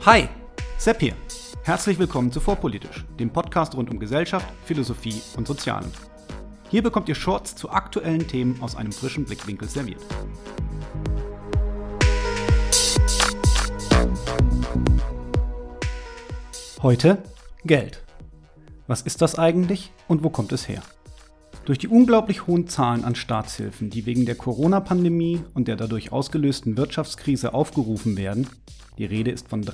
Hi, Sepp hier. Herzlich willkommen zu Vorpolitisch, dem Podcast rund um Gesellschaft, Philosophie und Sozialem. Hier bekommt ihr Shorts zu aktuellen Themen aus einem frischen Blickwinkel serviert. Heute Geld. Was ist das eigentlich und wo kommt es her? Durch die unglaublich hohen Zahlen an Staatshilfen, die wegen der Corona-Pandemie und der dadurch ausgelösten Wirtschaftskrise aufgerufen werden, die Rede ist von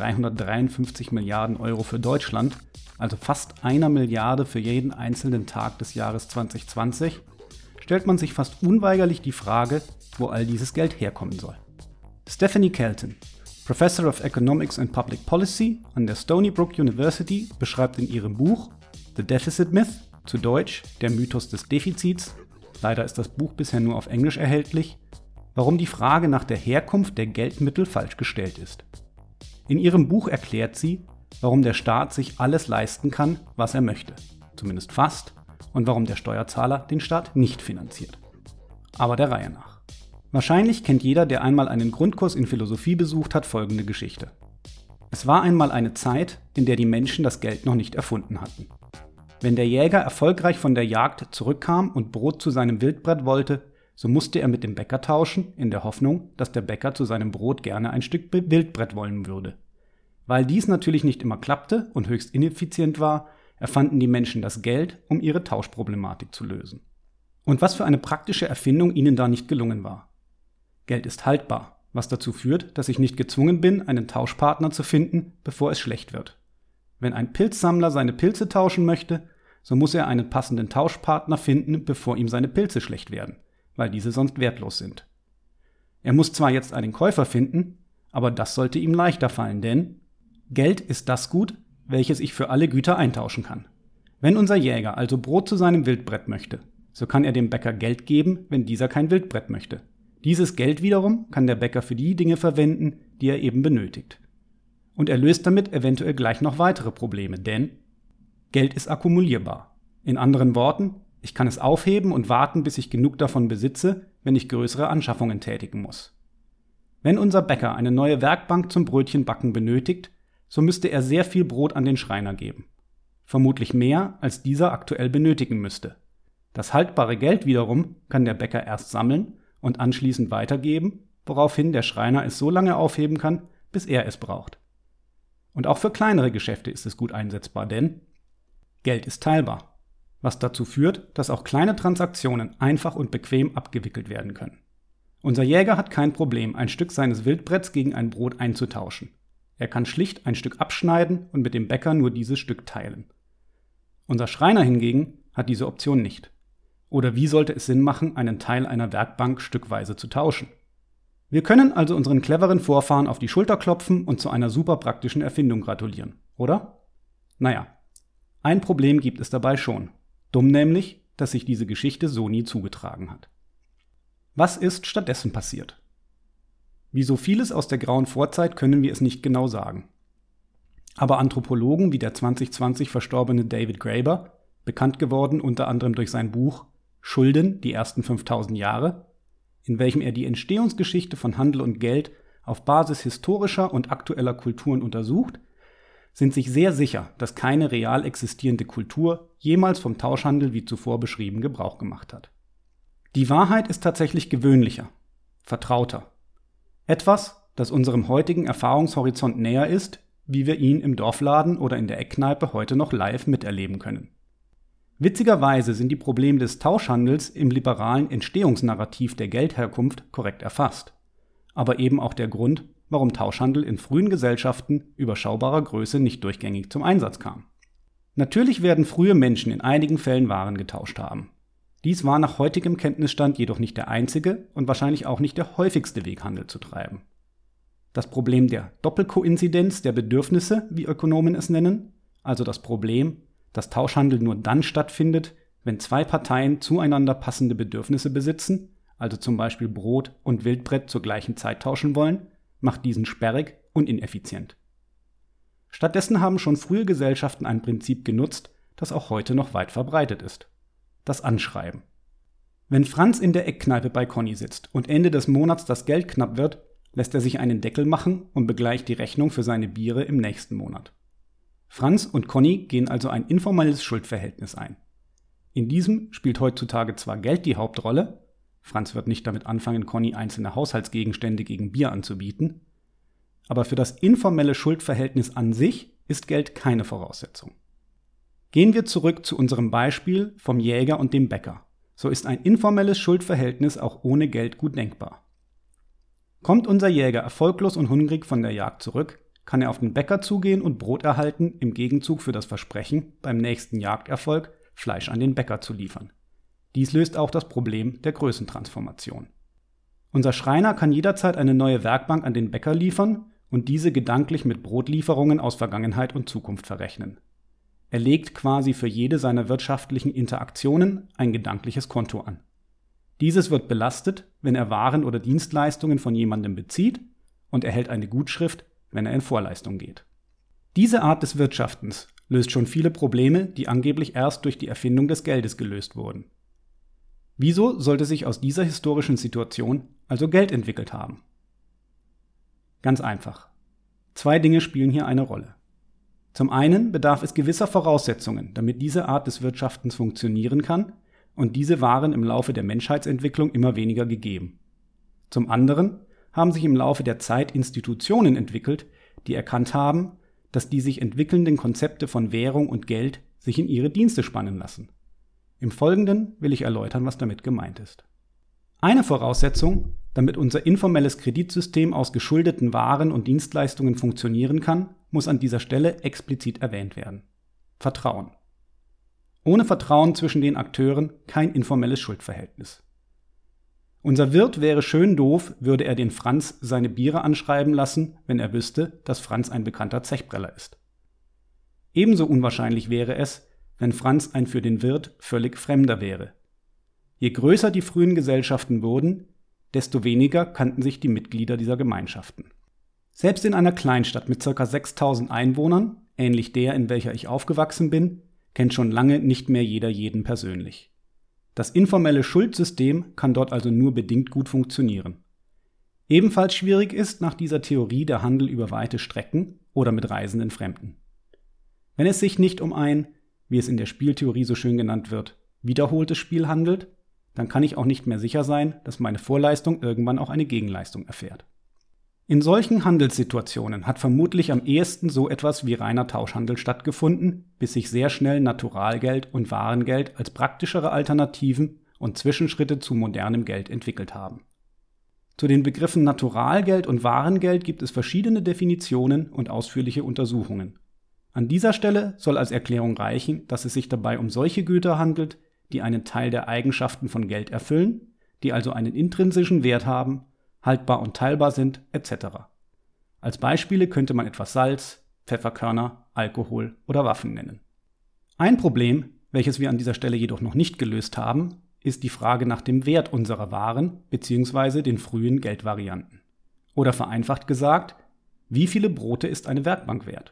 353 Milliarden Euro für Deutschland, also fast 1 Milliarde für jeden einzelnen Tag des Jahres 2020, stellt man sich fast unweigerlich die Frage, wo all dieses Geld herkommen soll. Stephanie Kelton, Professor of Economics and Public Policy an der Stony Brook University, beschreibt in ihrem Buch The Deficit Myth, zu Deutsch Der Mythos des Defizits, leider ist das Buch bisher nur auf Englisch erhältlich, warum die Frage nach der Herkunft der Geldmittel falsch gestellt ist. In ihrem Buch erklärt sie, warum der Staat sich alles leisten kann, was er möchte, zumindest fast, und warum der Steuerzahler den Staat nicht finanziert. Aber der Reihe nach. Wahrscheinlich kennt jeder, der einmal einen Grundkurs in Philosophie besucht hat, folgende Geschichte. Es war einmal eine Zeit, in der die Menschen das Geld noch nicht erfunden hatten. Wenn der Jäger erfolgreich von der Jagd zurückkam und Brot zu seinem Wildbret wollte, so musste er mit dem Bäcker tauschen, in der Hoffnung, dass der Bäcker zu seinem Brot gerne ein Stück Wildbret wollen würde. Weil dies natürlich nicht immer klappte und höchst ineffizient war, erfanden die Menschen das Geld, um ihre Tauschproblematik zu lösen. Und was für eine praktische Erfindung ihnen da nicht gelungen war. Geld ist haltbar, was dazu führt, dass ich nicht gezwungen bin, einen Tauschpartner zu finden, bevor es schlecht wird. Wenn ein Pilzsammler seine Pilze tauschen möchte, so muss er einen passenden Tauschpartner finden, bevor ihm seine Pilze schlecht werden, weil diese sonst wertlos sind. Er muss zwar jetzt einen Käufer finden, aber das sollte ihm leichter fallen, denn Geld ist das Gut, welches ich für alle Güter eintauschen kann. Wenn unser Jäger also Brot zu seinem Wildbret möchte, so kann er dem Bäcker Geld geben, wenn dieser kein Wildbret möchte. Dieses Geld wiederum kann der Bäcker für die Dinge verwenden, die er eben benötigt. Und er löst damit eventuell gleich noch weitere Probleme, denn Geld ist akkumulierbar. In anderen Worten, ich kann es aufheben und warten, bis ich genug davon besitze, wenn ich größere Anschaffungen tätigen muss. Wenn unser Bäcker eine neue Werkbank zum Brötchenbacken benötigt, so müsste er sehr viel Brot an den Schreiner geben. Vermutlich mehr, als dieser aktuell benötigen müsste. Das haltbare Geld wiederum kann der Bäcker erst sammeln und anschließend weitergeben, woraufhin der Schreiner es so lange aufheben kann, bis er es braucht. Und auch für kleinere Geschäfte ist es gut einsetzbar, denn Geld ist teilbar, was dazu führt, dass auch kleine Transaktionen einfach und bequem abgewickelt werden können. Unser Jäger hat kein Problem, ein Stück seines Wildbrets gegen ein Brot einzutauschen. Er kann schlicht ein Stück abschneiden und mit dem Bäcker nur dieses Stück teilen. Unser Schreiner hingegen hat diese Option nicht. Oder wie sollte es Sinn machen, einen Teil einer Werkbank stückweise zu tauschen? Wir können also unseren cleveren Vorfahren auf die Schulter klopfen und zu einer super praktischen Erfindung gratulieren, oder? Naja, ein Problem gibt es dabei schon. Dumm nämlich, dass sich diese Geschichte so nie zugetragen hat. Was ist stattdessen passiert? Wie so vieles aus der grauen Vorzeit können wir es nicht genau sagen. Aber Anthropologen wie der 2020 verstorbene David Graeber, bekannt geworden unter anderem durch sein Buch Schulden, die ersten 5000 Jahre, in welchem er die Entstehungsgeschichte von Handel und Geld auf Basis historischer und aktueller Kulturen untersucht, sind sich sehr sicher, dass keine real existierende Kultur jemals vom Tauschhandel wie zuvor beschrieben Gebrauch gemacht hat. Die Wahrheit ist tatsächlich gewöhnlicher, vertrauter. Etwas, das unserem heutigen Erfahrungshorizont näher ist, wie wir ihn im Dorfladen oder in der Eckkneipe heute noch live miterleben können. Witzigerweise sind die Probleme des Tauschhandels im liberalen Entstehungsnarrativ der Geldherkunft korrekt erfasst. Aber eben auch der Grund, warum Tauschhandel in frühen Gesellschaften überschaubarer Größe nicht durchgängig zum Einsatz kam. Natürlich werden frühe Menschen in einigen Fällen Waren getauscht haben. Dies war nach heutigem Kenntnisstand jedoch nicht der einzige und wahrscheinlich auch nicht der häufigste Weg, Handel zu treiben. Das Problem der Doppelkoinzidenz der Bedürfnisse, wie Ökonomen es nennen, also das Problem, dass Tauschhandel nur dann stattfindet, wenn zwei Parteien zueinander passende Bedürfnisse besitzen, also zum Beispiel Brot und Wildbret zur gleichen Zeit tauschen wollen, macht diesen sperrig und ineffizient. Stattdessen haben schon frühe Gesellschaften ein Prinzip genutzt, das auch heute noch weit verbreitet ist: das Anschreiben. Wenn Franz in der Eckkneipe bei Conny sitzt und Ende des Monats das Geld knapp wird, lässt er sich einen Deckel machen und begleicht die Rechnung für seine Biere im nächsten Monat. Franz und Conny gehen also ein informelles Schuldverhältnis ein. In diesem spielt heutzutage zwar Geld die Hauptrolle, Franz wird nicht damit anfangen, Conny einzelne Haushaltsgegenstände gegen Bier anzubieten, aber für das informelle Schuldverhältnis an sich ist Geld keine Voraussetzung. Gehen wir zurück zu unserem Beispiel vom Jäger und dem Bäcker. So ist ein informelles Schuldverhältnis auch ohne Geld gut denkbar. Kommt unser Jäger erfolglos und hungrig von der Jagd zurück, kann er auf den Bäcker zugehen und Brot erhalten, im Gegenzug für das Versprechen, beim nächsten Jagderfolg Fleisch an den Bäcker zu liefern. Dies löst auch das Problem der Größentransformation. Unser Schreiner kann jederzeit eine neue Werkbank an den Bäcker liefern und diese gedanklich mit Brotlieferungen aus Vergangenheit und Zukunft verrechnen. Er legt quasi für jede seiner wirtschaftlichen Interaktionen ein gedankliches Konto an. Dieses wird belastet, wenn er Waren oder Dienstleistungen von jemandem bezieht und erhält eine Gutschrift, wenn er in Vorleistung geht. Diese Art des Wirtschaftens löst schon viele Probleme, die angeblich erst durch die Erfindung des Geldes gelöst wurden. Wieso sollte sich aus dieser historischen Situation also Geld entwickelt haben? Ganz einfach. 2 Dinge spielen hier eine Rolle. Zum einen bedarf es gewisser Voraussetzungen, damit diese Art des Wirtschaftens funktionieren kann, und diese waren im Laufe der Menschheitsentwicklung immer weniger gegeben. Zum anderen haben sich im Laufe der Zeit Institutionen entwickelt, die erkannt haben, dass die sich entwickelnden Konzepte von Währung und Geld sich in ihre Dienste spannen lassen. Im Folgenden will ich erläutern, was damit gemeint ist. Eine Voraussetzung, damit unser informelles Kreditsystem aus geschuldeten Waren und Dienstleistungen funktionieren kann, muss an dieser Stelle explizit erwähnt werden. Vertrauen. Ohne Vertrauen zwischen den Akteuren kein informelles Schuldverhältnis. Unser Wirt wäre schön doof, würde er den Franz seine Biere anschreiben lassen, wenn er wüsste, dass Franz ein bekannter Zechbreller ist. Ebenso unwahrscheinlich wäre es, wenn Franz ein für den Wirt völlig Fremder wäre. Je größer die frühen Gesellschaften wurden, desto weniger kannten sich die Mitglieder dieser Gemeinschaften. Selbst in einer Kleinstadt mit ca. 6000 Einwohnern, ähnlich der, in welcher ich aufgewachsen bin, kennt schon lange nicht mehr jeder jeden persönlich. Das informelle Schuldsystem kann dort also nur bedingt gut funktionieren. Ebenfalls schwierig ist nach dieser Theorie der Handel über weite Strecken oder mit reisenden Fremden. Wenn es sich nicht um ein, wie es in der Spieltheorie so schön genannt wird, wiederholtes Spiel handelt, dann kann ich auch nicht mehr sicher sein, dass meine Vorleistung irgendwann auch eine Gegenleistung erfährt. In solchen Handelssituationen hat vermutlich am ehesten so etwas wie reiner Tauschhandel stattgefunden, bis sich sehr schnell Naturalgeld und Warengeld als praktischere Alternativen und Zwischenschritte zu modernem Geld entwickelt haben. Zu den Begriffen Naturalgeld und Warengeld gibt es verschiedene Definitionen und ausführliche Untersuchungen. An dieser Stelle soll als Erklärung reichen, dass es sich dabei um solche Güter handelt, die einen Teil der Eigenschaften von Geld erfüllen, die also einen intrinsischen Wert haben, haltbar und teilbar sind, etc. Als Beispiele könnte man etwa Salz, Pfefferkörner, Alkohol oder Waffen nennen. Ein Problem, welches wir an dieser Stelle jedoch noch nicht gelöst haben, ist die Frage nach dem Wert unserer Waren bzw. den frühen Geldvarianten. Oder vereinfacht gesagt, wie viele Brote ist eine Werkbank wert?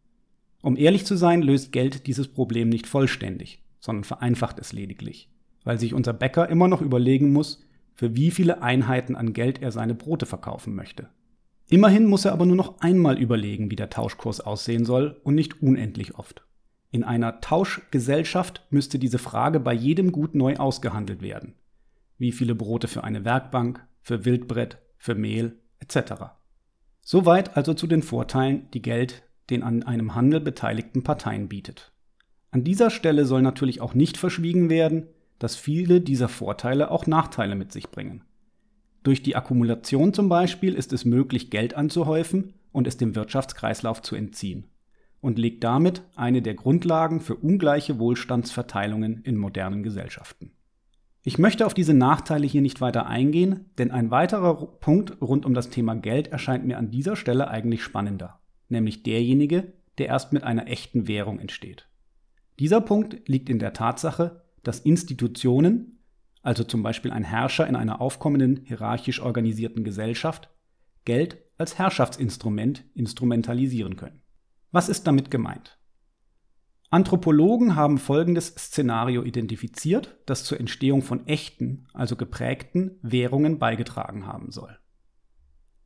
Um ehrlich zu sein, löst Geld dieses Problem nicht vollständig, sondern vereinfacht es lediglich, weil sich unser Bäcker immer noch überlegen muss, für wie viele Einheiten an Geld er seine Brote verkaufen möchte. Immerhin muss er aber nur noch einmal überlegen, wie der Tauschkurs aussehen soll und nicht unendlich oft. In einer Tauschgesellschaft müsste diese Frage bei jedem Gut neu ausgehandelt werden. Wie viele Brote für eine Werkbank, für Wildbret, für Mehl, etc. Soweit also zu den Vorteilen, die Geld den an einem Handel beteiligten Parteien bietet. An dieser Stelle soll natürlich auch nicht verschwiegen werden, dass viele dieser Vorteile auch Nachteile mit sich bringen. Durch die Akkumulation zum Beispiel ist es möglich, Geld anzuhäufen und es dem Wirtschaftskreislauf zu entziehen und legt damit eine der Grundlagen für ungleiche Wohlstandsverteilungen in modernen Gesellschaften. Ich möchte auf diese Nachteile hier nicht weiter eingehen, denn ein weiterer Punkt rund um das Thema Geld erscheint mir an dieser Stelle eigentlich spannender, nämlich derjenige, der erst mit einer echten Währung entsteht. Dieser Punkt liegt in der Tatsache, dass Institutionen, also zum Beispiel ein Herrscher in einer aufkommenden, hierarchisch organisierten Gesellschaft, Geld als Herrschaftsinstrument instrumentalisieren können. Was ist damit gemeint? Anthropologen haben folgendes Szenario identifiziert, das zur Entstehung von echten, also geprägten Währungen beigetragen haben soll.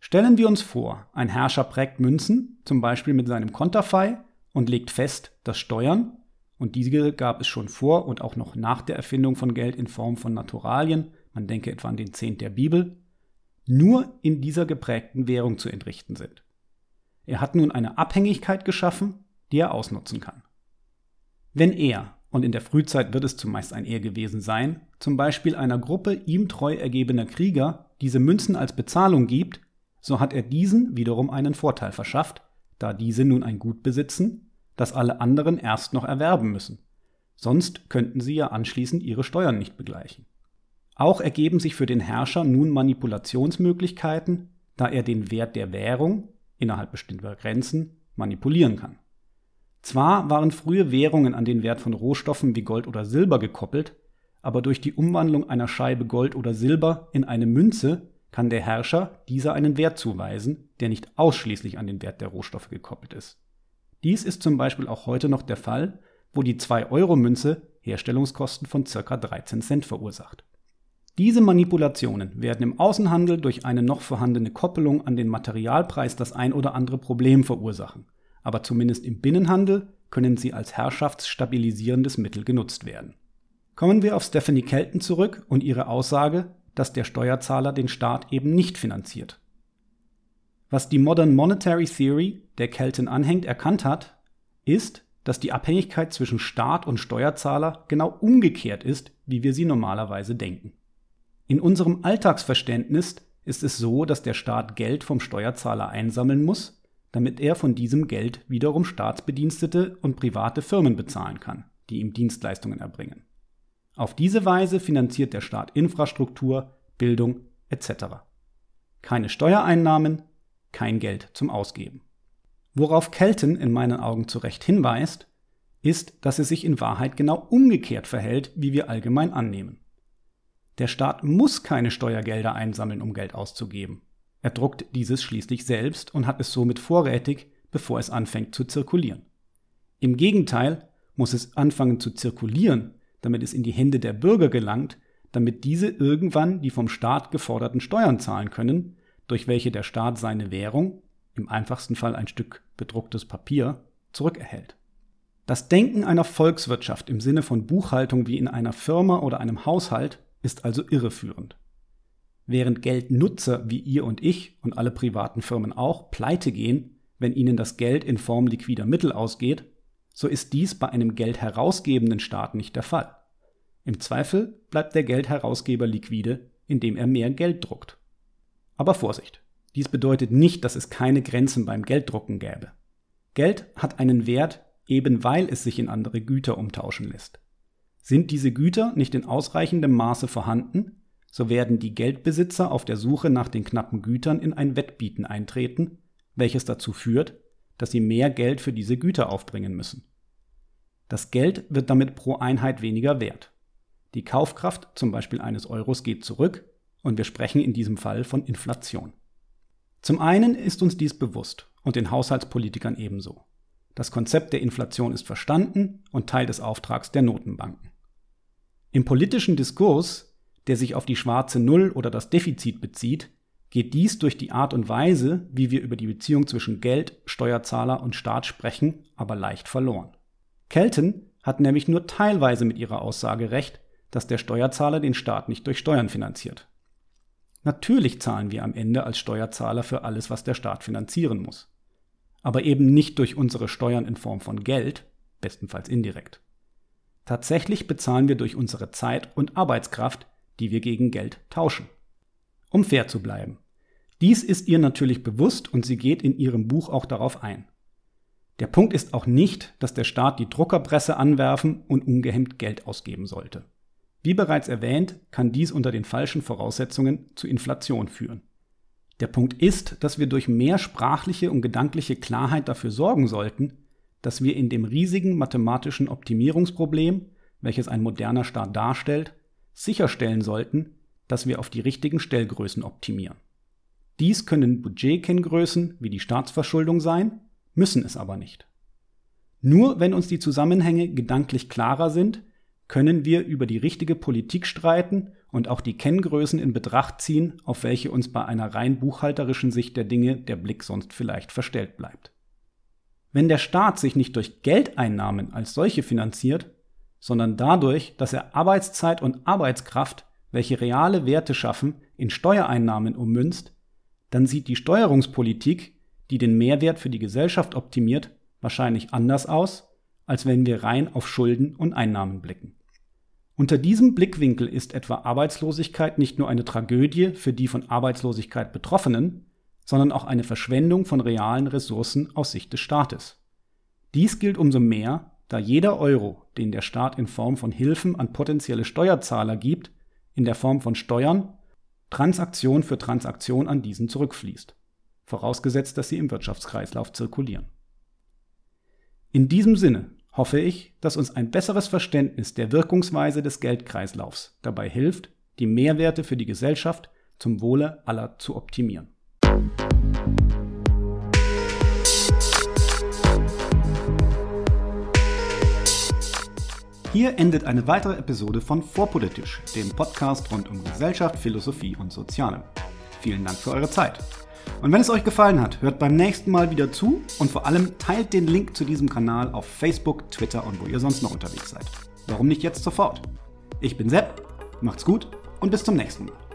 Stellen wir uns vor, ein Herrscher prägt Münzen, zum Beispiel mit seinem Konterfei, und legt fest, dass Steuern, und diese gab es schon vor und auch noch nach der Erfindung von Geld in Form von Naturalien, man denke etwa an den Zehnt der Bibel, nur in dieser geprägten Währung zu entrichten sind. Er hat nun eine Abhängigkeit geschaffen, die er ausnutzen kann. Wenn er, und in der Frühzeit wird es zumeist ein Er gewesen sein, zum Beispiel einer Gruppe ihm treu ergebener Krieger diese Münzen als Bezahlung gibt, so hat er diesen wiederum einen Vorteil verschafft, da diese nun ein Gut besitzen, das alle anderen erst noch erwerben müssen. Sonst könnten sie ja anschließend ihre Steuern nicht begleichen. Auch ergeben sich für den Herrscher nun Manipulationsmöglichkeiten, da er den Wert der Währung innerhalb bestimmter Grenzen manipulieren kann. Zwar waren frühe Währungen an den Wert von Rohstoffen wie Gold oder Silber gekoppelt, aber durch die Umwandlung einer Scheibe Gold oder Silber in eine Münze kann der Herrscher dieser einen Wert zuweisen, der nicht ausschließlich an den Wert der Rohstoffe gekoppelt ist. Dies ist zum Beispiel auch heute noch der Fall, wo die 2-Euro-Münze Herstellungskosten von ca. 13 Cent verursacht. Diese Manipulationen werden im Außenhandel durch eine noch vorhandene Koppelung an den Materialpreis das ein oder andere Problem verursachen, aber zumindest im Binnenhandel können sie als herrschaftsstabilisierendes Mittel genutzt werden. Kommen wir auf Stephanie Kelton zurück und ihre Aussage, dass der Steuerzahler den Staat eben nicht finanziert. Was die Modern Monetary Theory, der Kelton anhängt, erkannt hat, ist, dass die Abhängigkeit zwischen Staat und Steuerzahler genau umgekehrt ist, wie wir sie normalerweise denken. In unserem Alltagsverständnis ist es so, dass der Staat Geld vom Steuerzahler einsammeln muss, damit er von diesem Geld wiederum Staatsbedienstete und private Firmen bezahlen kann, die ihm Dienstleistungen erbringen. Auf diese Weise finanziert der Staat Infrastruktur, Bildung etc. Keine Steuereinnahmen, kein Geld zum Ausgeben. Worauf Kelton in meinen Augen zu Recht hinweist, ist, dass es sich in Wahrheit genau umgekehrt verhält, wie wir allgemein annehmen. Der Staat muss keine Steuergelder einsammeln, um Geld auszugeben. Er druckt dieses schließlich selbst und hat es somit vorrätig, bevor es anfängt zu zirkulieren. Im Gegenteil muss es anfangen zu zirkulieren, damit es in die Hände der Bürger gelangt, damit diese irgendwann die vom Staat geforderten Steuern zahlen können, durch welche der Staat seine Währung, im einfachsten Fall ein Stück bedrucktes Papier, zurückerhält. Das Denken einer Volkswirtschaft im Sinne von Buchhaltung wie in einer Firma oder einem Haushalt ist also irreführend. Während Geldnutzer wie ihr und ich und alle privaten Firmen auch pleite gehen, wenn ihnen das Geld in Form liquider Mittel ausgeht, so ist dies bei einem geldherausgebenden Staat nicht der Fall. Im Zweifel bleibt der Geldherausgeber liquide, indem er mehr Geld druckt. Aber Vorsicht, dies bedeutet nicht, dass es keine Grenzen beim Gelddrucken gäbe. Geld hat einen Wert, eben weil es sich in andere Güter umtauschen lässt. Sind diese Güter nicht in ausreichendem Maße vorhanden, so werden die Geldbesitzer auf der Suche nach den knappen Gütern in ein Wettbieten eintreten, welches dazu führt, dass sie mehr Geld für diese Güter aufbringen müssen. Das Geld wird damit pro Einheit weniger wert. Die Kaufkraft zum Beispiel eines Euros geht zurück und wir sprechen in diesem Fall von Inflation. Zum einen ist uns dies bewusst und den Haushaltspolitikern ebenso. Das Konzept der Inflation ist verstanden und Teil des Auftrags der Notenbanken. Im politischen Diskurs, der sich auf die schwarze Null oder das Defizit bezieht, geht dies durch die Art und Weise, wie wir über die Beziehung zwischen Geld, Steuerzahler und Staat sprechen, aber leicht verloren. Kelton hat nämlich nur teilweise mit ihrer Aussage recht, dass der Steuerzahler den Staat nicht durch Steuern finanziert. Natürlich zahlen wir am Ende als Steuerzahler für alles, was der Staat finanzieren muss. Aber eben nicht durch unsere Steuern in Form von Geld, bestenfalls indirekt. Tatsächlich bezahlen wir durch unsere Zeit und Arbeitskraft, die wir gegen Geld tauschen. Um fair zu bleiben. Dies ist ihr natürlich bewusst und sie geht in ihrem Buch auch darauf ein. Der Punkt ist auch nicht, dass der Staat die Druckerpresse anwerfen und ungehemmt Geld ausgeben sollte. Wie bereits erwähnt, kann dies unter den falschen Voraussetzungen zu Inflation führen. Der Punkt ist, dass wir durch mehr sprachliche und gedankliche Klarheit dafür sorgen sollten, dass wir in dem riesigen mathematischen Optimierungsproblem, welches ein moderner Staat darstellt, sicherstellen sollten, dass wir auf die richtigen Stellgrößen optimieren. Dies können Budgetkenngrößen wie die Staatsverschuldung sein, müssen es aber nicht. Nur wenn uns die Zusammenhänge gedanklich klarer sind, können wir über die richtige Politik streiten und auch die Kenngrößen in Betracht ziehen, auf welche uns bei einer rein buchhalterischen Sicht der Dinge der Blick sonst vielleicht verstellt bleibt. Wenn der Staat sich nicht durch Geldeinnahmen als solche finanziert, sondern dadurch, dass er Arbeitszeit und Arbeitskraft, welche reale Werte schaffen, in Steuereinnahmen ummünzt, dann sieht die Steuerungspolitik, die den Mehrwert für die Gesellschaft optimiert, wahrscheinlich anders aus, als wenn wir rein auf Schulden und Einnahmen blicken. Unter diesem Blickwinkel ist etwa Arbeitslosigkeit nicht nur eine Tragödie für die von Arbeitslosigkeit Betroffenen, sondern auch eine Verschwendung von realen Ressourcen aus Sicht des Staates. Dies gilt umso mehr, da jeder Euro, den der Staat in Form von Hilfen an potenzielle Steuerzahler gibt, in der Form von Steuern, Transaktion für Transaktion an diesen zurückfließt, vorausgesetzt, dass sie im Wirtschaftskreislauf zirkulieren. In diesem Sinne hoffe ich, dass uns ein besseres Verständnis der Wirkungsweise des Geldkreislaufs dabei hilft, die Mehrwerte für die Gesellschaft zum Wohle aller zu optimieren. Hier endet eine weitere Episode von Vorpolitisch, dem Podcast rund um Gesellschaft, Philosophie und Soziale. Vielen Dank für eure Zeit. Und wenn es euch gefallen hat, hört beim nächsten Mal wieder zu und vor allem teilt den Link zu diesem Kanal auf Facebook, Twitter und wo ihr sonst noch unterwegs seid. Warum nicht jetzt sofort? Ich bin Sepp, macht's gut und bis zum nächsten Mal.